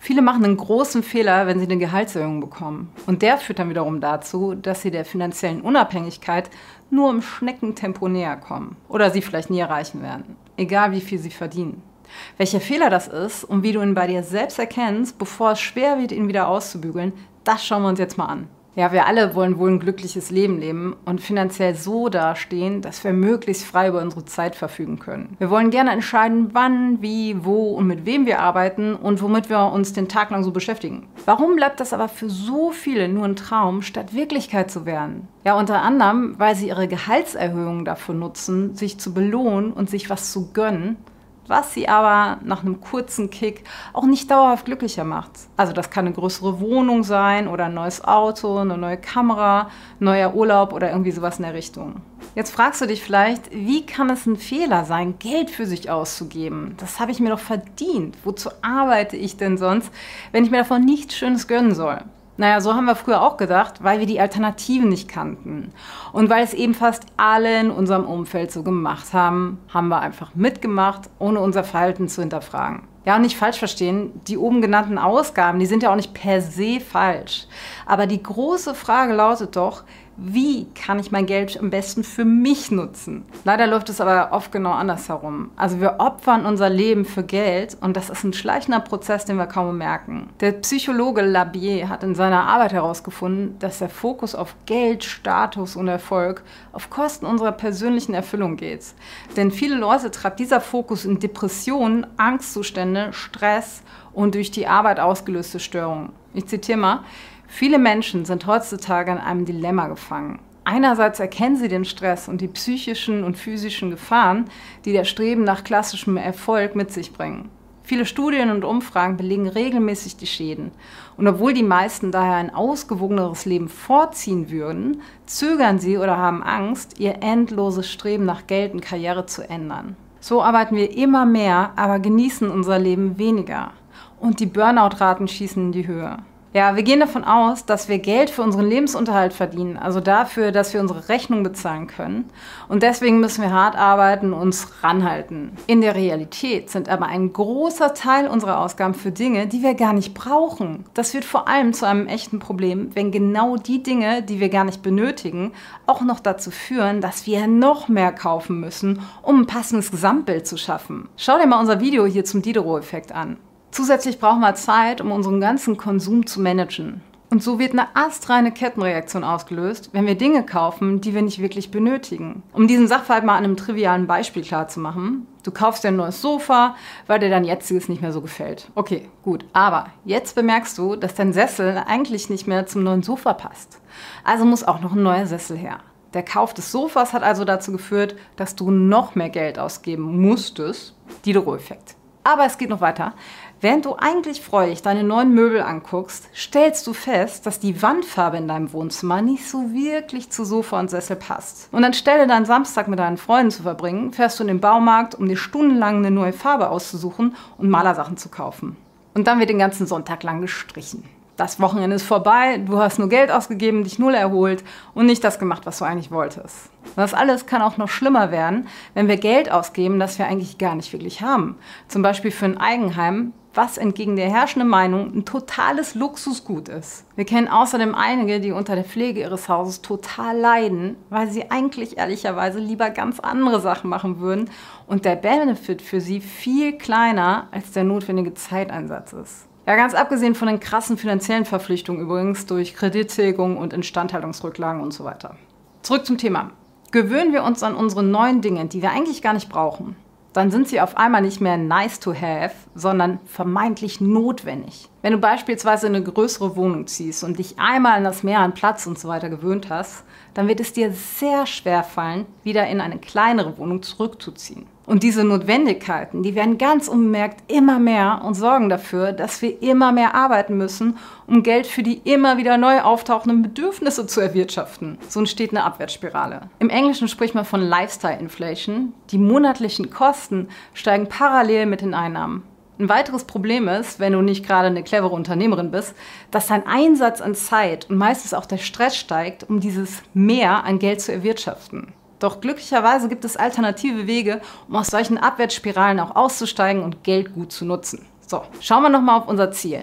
Viele machen einen großen Fehler, wenn sie eine Gehaltserhöhung bekommen. Und der führt dann wiederum dazu, dass sie der finanziellen Unabhängigkeit nur im Schneckentempo näher kommen. Oder sie vielleicht nie erreichen werden. Egal wie viel sie verdienen. Welcher Fehler das ist und wie du ihn bei dir selbst erkennst, bevor es schwer wird, ihn wieder auszubügeln, das schauen wir uns jetzt mal an. Ja, wir alle wollen wohl ein glückliches Leben leben und finanziell so dastehen, dass wir möglichst frei über unsere Zeit verfügen können. Wir wollen gerne entscheiden, wann, wie, wo und mit wem wir arbeiten und womit wir uns den Tag lang so beschäftigen. Warum bleibt das aber für so viele nur ein Traum, statt Wirklichkeit zu werden? Ja, unter anderem, weil sie ihre Gehaltserhöhung dafür nutzen, sich zu belohnen und sich was zu gönnen, was sie aber nach einem kurzen Kick auch nicht dauerhaft glücklicher macht. Also das kann eine größere Wohnung sein oder ein neues Auto, eine neue Kamera, neuer Urlaub oder irgendwie sowas in der Richtung. Jetzt fragst du dich vielleicht, wie kann es ein Fehler sein, Geld für sich auszugeben? Das habe ich mir doch verdient. Wozu arbeite ich denn sonst, wenn ich mir davon nichts Schönes gönnen soll? Naja, so haben wir früher auch gedacht, weil wir die Alternativen nicht kannten. Und weil es eben fast alle in unserem Umfeld so gemacht haben, haben wir einfach mitgemacht, ohne unser Verhalten zu hinterfragen. Ja, und nicht falsch verstehen, die oben genannten Ausgaben, die sind ja auch nicht per se falsch. Aber die große Frage lautet doch, wie kann ich mein Geld am besten für mich nutzen? Leider läuft es aber oft genau andersherum. Also wir opfern unser Leben für Geld und das ist ein schleichender Prozess, den wir kaum merken. Der Psychologe Labier hat in seiner Arbeit herausgefunden, dass der Fokus auf Geld, Status und Erfolg auf Kosten unserer persönlichen Erfüllung geht. Denn viele Leute treibt dieser Fokus in Depressionen, Angstzustände, Stress und durch die Arbeit ausgelöste Störungen. Ich zitiere mal: Viele Menschen sind heutzutage in einem Dilemma gefangen. Einerseits erkennen sie den Stress und die psychischen und physischen Gefahren, die das Streben nach klassischem Erfolg mit sich bringen. Viele Studien und Umfragen belegen regelmäßig die Schäden. Und obwohl die meisten daher ein ausgewogeneres Leben vorziehen würden, zögern sie oder haben Angst, ihr endloses Streben nach Geld und Karriere zu ändern. So arbeiten wir immer mehr, aber genießen unser Leben weniger. Und die Burnout-Raten schießen in die Höhe. Ja, wir gehen davon aus, dass wir Geld für unseren Lebensunterhalt verdienen, also dafür, dass wir unsere Rechnung bezahlen können. Und deswegen müssen wir hart arbeiten und uns ranhalten. In der Realität sind aber ein großer Teil unserer Ausgaben für Dinge, die wir gar nicht brauchen. Das wird vor allem zu einem echten Problem, wenn genau die Dinge, die wir gar nicht benötigen, auch noch dazu führen, dass wir noch mehr kaufen müssen, um ein passendes Gesamtbild zu schaffen. Schau dir mal unser Video hier zum Diderot-Effekt an. Zusätzlich brauchen wir Zeit, um unseren ganzen Konsum zu managen. Und so wird eine astreine Kettenreaktion ausgelöst, wenn wir Dinge kaufen, die wir nicht wirklich benötigen. Um diesen Sachverhalt mal an einem trivialen Beispiel klarzumachen: Du kaufst dir ein neues Sofa, weil dir dein jetziges nicht mehr so gefällt. Okay, gut, aber jetzt bemerkst du, dass dein Sessel eigentlich nicht mehr zum neuen Sofa passt. Also muss auch noch ein neuer Sessel her. Der Kauf des Sofas hat also dazu geführt, dass du noch mehr Geld ausgeben musstest. Diderot-Effekt. Aber es geht noch weiter. Während du eigentlich freudig deine neuen Möbel anguckst, stellst du fest, dass die Wandfarbe in deinem Wohnzimmer nicht so wirklich zu Sofa und Sessel passt. Und anstelle deinen Samstag mit deinen Freunden zu verbringen, fährst du in den Baumarkt, um dir stundenlang eine neue Farbe auszusuchen und Malersachen zu kaufen. Und dann wird den ganzen Sonntag lang gestrichen. Das Wochenende ist vorbei, du hast nur Geld ausgegeben, dich null erholt und nicht das gemacht, was du eigentlich wolltest. Das alles kann auch noch schlimmer werden, wenn wir Geld ausgeben, das wir eigentlich gar nicht wirklich haben. Zum Beispiel für ein Eigenheim, was entgegen der herrschenden Meinung ein totales Luxusgut ist. Wir kennen außerdem einige, die unter der Pflege ihres Hauses total leiden, weil sie eigentlich ehrlicherweise lieber ganz andere Sachen machen würden und der Benefit für sie viel kleiner als der notwendige Zeiteinsatz ist. Ja, ganz abgesehen von den krassen finanziellen Verpflichtungen übrigens durch Kredittilgung und Instandhaltungsrücklagen und so weiter. Zurück zum Thema. Gewöhnen wir uns an unsere neuen Dinge, die wir eigentlich gar nicht brauchen, dann sind sie auf einmal nicht mehr nice to have, sondern vermeintlich notwendig. Wenn du beispielsweise in eine größere Wohnung ziehst und dich einmal an das Meer, an Platz und so weiter gewöhnt hast, dann wird es dir sehr schwer fallen, wieder in eine kleinere Wohnung zurückzuziehen. Und diese Notwendigkeiten, die werden ganz unbemerkt immer mehr und sorgen dafür, dass wir immer mehr arbeiten müssen, um Geld für die immer wieder neu auftauchenden Bedürfnisse zu erwirtschaften. So entsteht eine Abwärtsspirale. Im Englischen spricht man von Lifestyle Inflation. Die monatlichen Kosten steigen parallel mit den Einnahmen. Ein weiteres Problem ist, wenn du nicht gerade eine clevere Unternehmerin bist, dass dein Einsatz an Zeit und meistens auch der Stress steigt, um dieses Mehr an Geld zu erwirtschaften. Doch glücklicherweise gibt es alternative Wege, um aus solchen Abwärtsspiralen auch auszusteigen und Geld gut zu nutzen. So, schauen wir nochmal auf unser Ziel.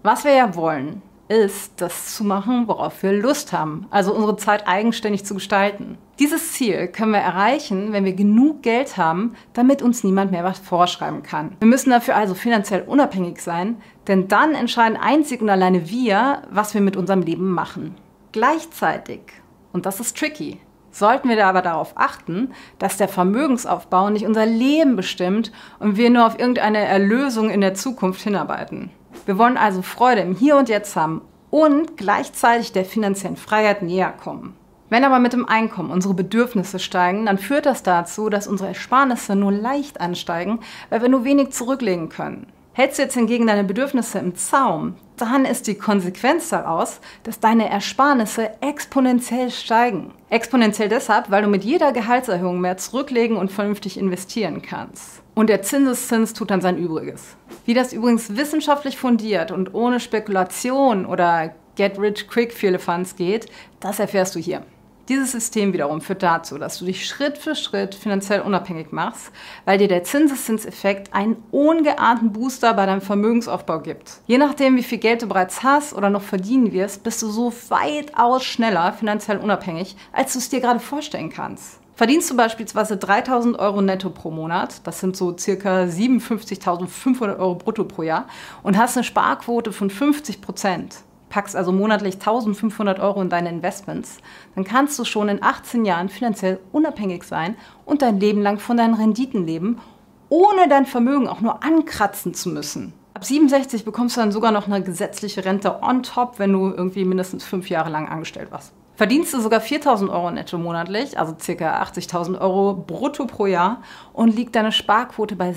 Was wir ja wollen, ist, das zu machen, worauf wir Lust haben, also unsere Zeit eigenständig zu gestalten. Dieses Ziel können wir erreichen, wenn wir genug Geld haben, damit uns niemand mehr was vorschreiben kann. Wir müssen dafür also finanziell unabhängig sein, denn dann entscheiden einzig und alleine wir, was wir mit unserem Leben machen. Gleichzeitig, und das ist tricky, sollten wir da aber darauf achten, dass der Vermögensaufbau nicht unser Leben bestimmt und wir nur auf irgendeine Erlösung in der Zukunft hinarbeiten. Wir wollen also Freude im Hier und Jetzt haben und gleichzeitig der finanziellen Freiheit näher kommen. Wenn aber mit dem Einkommen unsere Bedürfnisse steigen, dann führt das dazu, dass unsere Ersparnisse nur leicht ansteigen, weil wir nur wenig zurücklegen können. Hältst du jetzt hingegen deine Bedürfnisse im Zaum, dann ist die Konsequenz daraus, dass deine Ersparnisse exponentiell steigen. Exponentiell deshalb, weil du mit jeder Gehaltserhöhung mehr zurücklegen und vernünftig investieren kannst. Und der Zinseszins tut dann sein Übriges. Wie das übrigens wissenschaftlich fundiert und ohne Spekulation oder Get-Rich-Quick-Firlefanz geht, das erfährst du hier. Dieses System wiederum führt dazu, dass du dich Schritt für Schritt finanziell unabhängig machst, weil dir der Zinseszinseffekt einen ungeahnten Booster bei deinem Vermögensaufbau gibt. Je nachdem, wie viel Geld du bereits hast oder noch verdienen wirst, bist du so weitaus schneller finanziell unabhängig, als du es dir gerade vorstellen kannst. Verdienst du beispielsweise 3.000 Euro netto pro Monat, das sind so ca. 57.500 Euro brutto pro Jahr, und hast eine Sparquote von 50%, packst also monatlich 1.500 Euro in deine Investments, dann kannst du schon in 18 Jahren finanziell unabhängig sein und dein Leben lang von deinen Renditen leben, ohne dein Vermögen auch nur ankratzen zu müssen. Ab 67 bekommst du dann sogar noch eine gesetzliche Rente on top, wenn du irgendwie mindestens 5 Jahre lang angestellt warst. Verdienst du sogar 4.000 Euro netto monatlich, also ca. 80.000 Euro brutto pro Jahr, und liegt deine Sparquote bei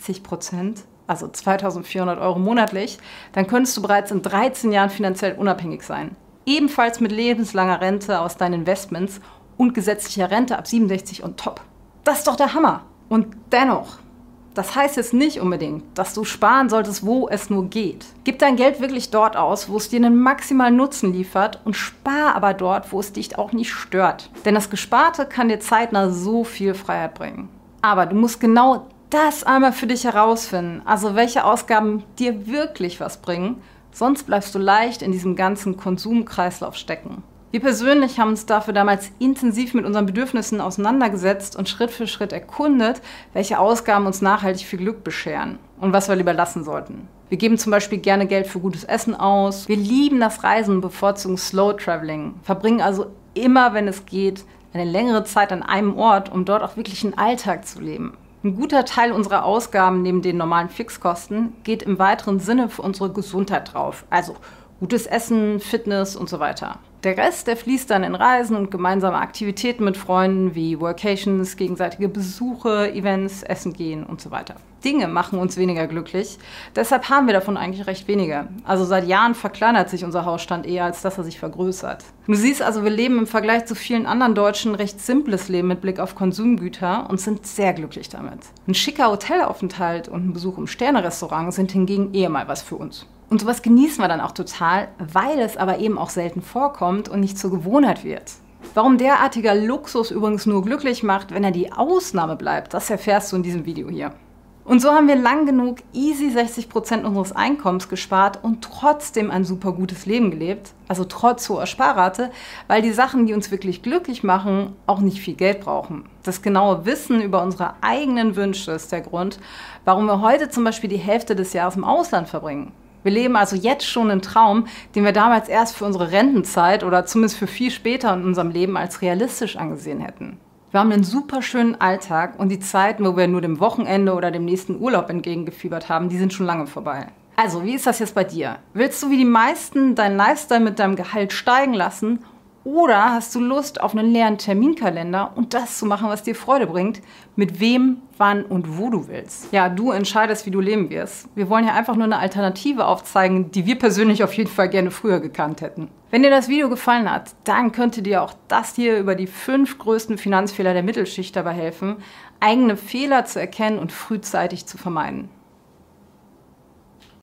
60%, also 2.400 Euro monatlich, dann könntest du bereits in 13 Jahren finanziell unabhängig sein. Ebenfalls mit lebenslanger Rente aus deinen Investments und gesetzlicher Rente ab 67 on top. Das ist doch der Hammer! Und dennoch, das heißt jetzt nicht unbedingt, dass du sparen solltest, wo es nur geht. Gib dein Geld wirklich dort aus, wo es dir einen maximalen Nutzen liefert, und spar aber dort, wo es dich auch nicht stört. Denn das Gesparte kann dir zeitnah so viel Freiheit bringen. Aber du musst genau das einmal für dich herausfinden, also welche Ausgaben dir wirklich was bringen, sonst bleibst du leicht in diesem ganzen Konsumkreislauf stecken. Wir persönlich haben uns dafür damals intensiv mit unseren Bedürfnissen auseinandergesetzt und Schritt für Schritt erkundet, welche Ausgaben uns nachhaltig viel Glück bescheren und was wir lieber lassen sollten. Wir geben zum Beispiel gerne Geld für gutes Essen aus, wir lieben das Reisen und bevorzugen Slow Traveling, verbringen also immer, wenn es geht, eine längere Zeit an einem Ort, um dort auch wirklich einen Alltag zu leben. Ein guter Teil unserer Ausgaben neben den normalen Fixkosten geht im weiteren Sinne für unsere Gesundheit drauf, also gutes Essen, Fitness und so weiter. Der Rest, der fließt dann in Reisen und gemeinsame Aktivitäten mit Freunden wie Workations, gegenseitige Besuche, Events, Essen gehen und so weiter. Dinge machen uns weniger glücklich, deshalb haben wir davon eigentlich recht wenige. Also seit Jahren verkleinert sich unser Hausstand eher, als dass er sich vergrößert. Du siehst also, wir leben im Vergleich zu vielen anderen Deutschen ein recht simples Leben mit Blick auf Konsumgüter und sind sehr glücklich damit. Ein schicker Hotelaufenthalt und ein Besuch im Sternerestaurant sind hingegen eher mal was für uns. Und sowas genießen wir dann auch total, weil es aber eben auch selten vorkommt und nicht zur Gewohnheit wird. Warum derartiger Luxus übrigens nur glücklich macht, wenn er die Ausnahme bleibt, das erfährst du in diesem Video hier. Und so haben wir lang genug easy 60% unseres Einkommens gespart und trotzdem ein super gutes Leben gelebt, also trotz hoher Sparrate, weil die Sachen, die uns wirklich glücklich machen, auch nicht viel Geld brauchen. Das genaue Wissen über unsere eigenen Wünsche ist der Grund, warum wir heute zum Beispiel die Hälfte des Jahres im Ausland verbringen. Wir leben also jetzt schon einen Traum, den wir damals erst für unsere Rentenzeit oder zumindest für viel später in unserem Leben als realistisch angesehen hätten. Wir haben einen super schönen Alltag und die Zeiten, wo wir nur dem Wochenende oder dem nächsten Urlaub entgegengefiebert haben, die sind schon lange vorbei. Also, wie ist das jetzt bei dir? Willst du wie die meisten deinen Lifestyle mit deinem Gehalt steigen lassen? Oder hast du Lust auf einen leeren Terminkalender und das zu machen, was dir Freude bringt, mit wem, wann und wo du willst? Ja, du entscheidest, wie du leben wirst. Wir wollen ja einfach nur eine Alternative aufzeigen, die wir persönlich auf jeden Fall gerne früher gekannt hätten. Wenn dir das Video gefallen hat, dann könnte dir auch das hier über die 5 größten Finanzfehler der Mittelschicht dabei helfen, eigene Fehler zu erkennen und frühzeitig zu vermeiden.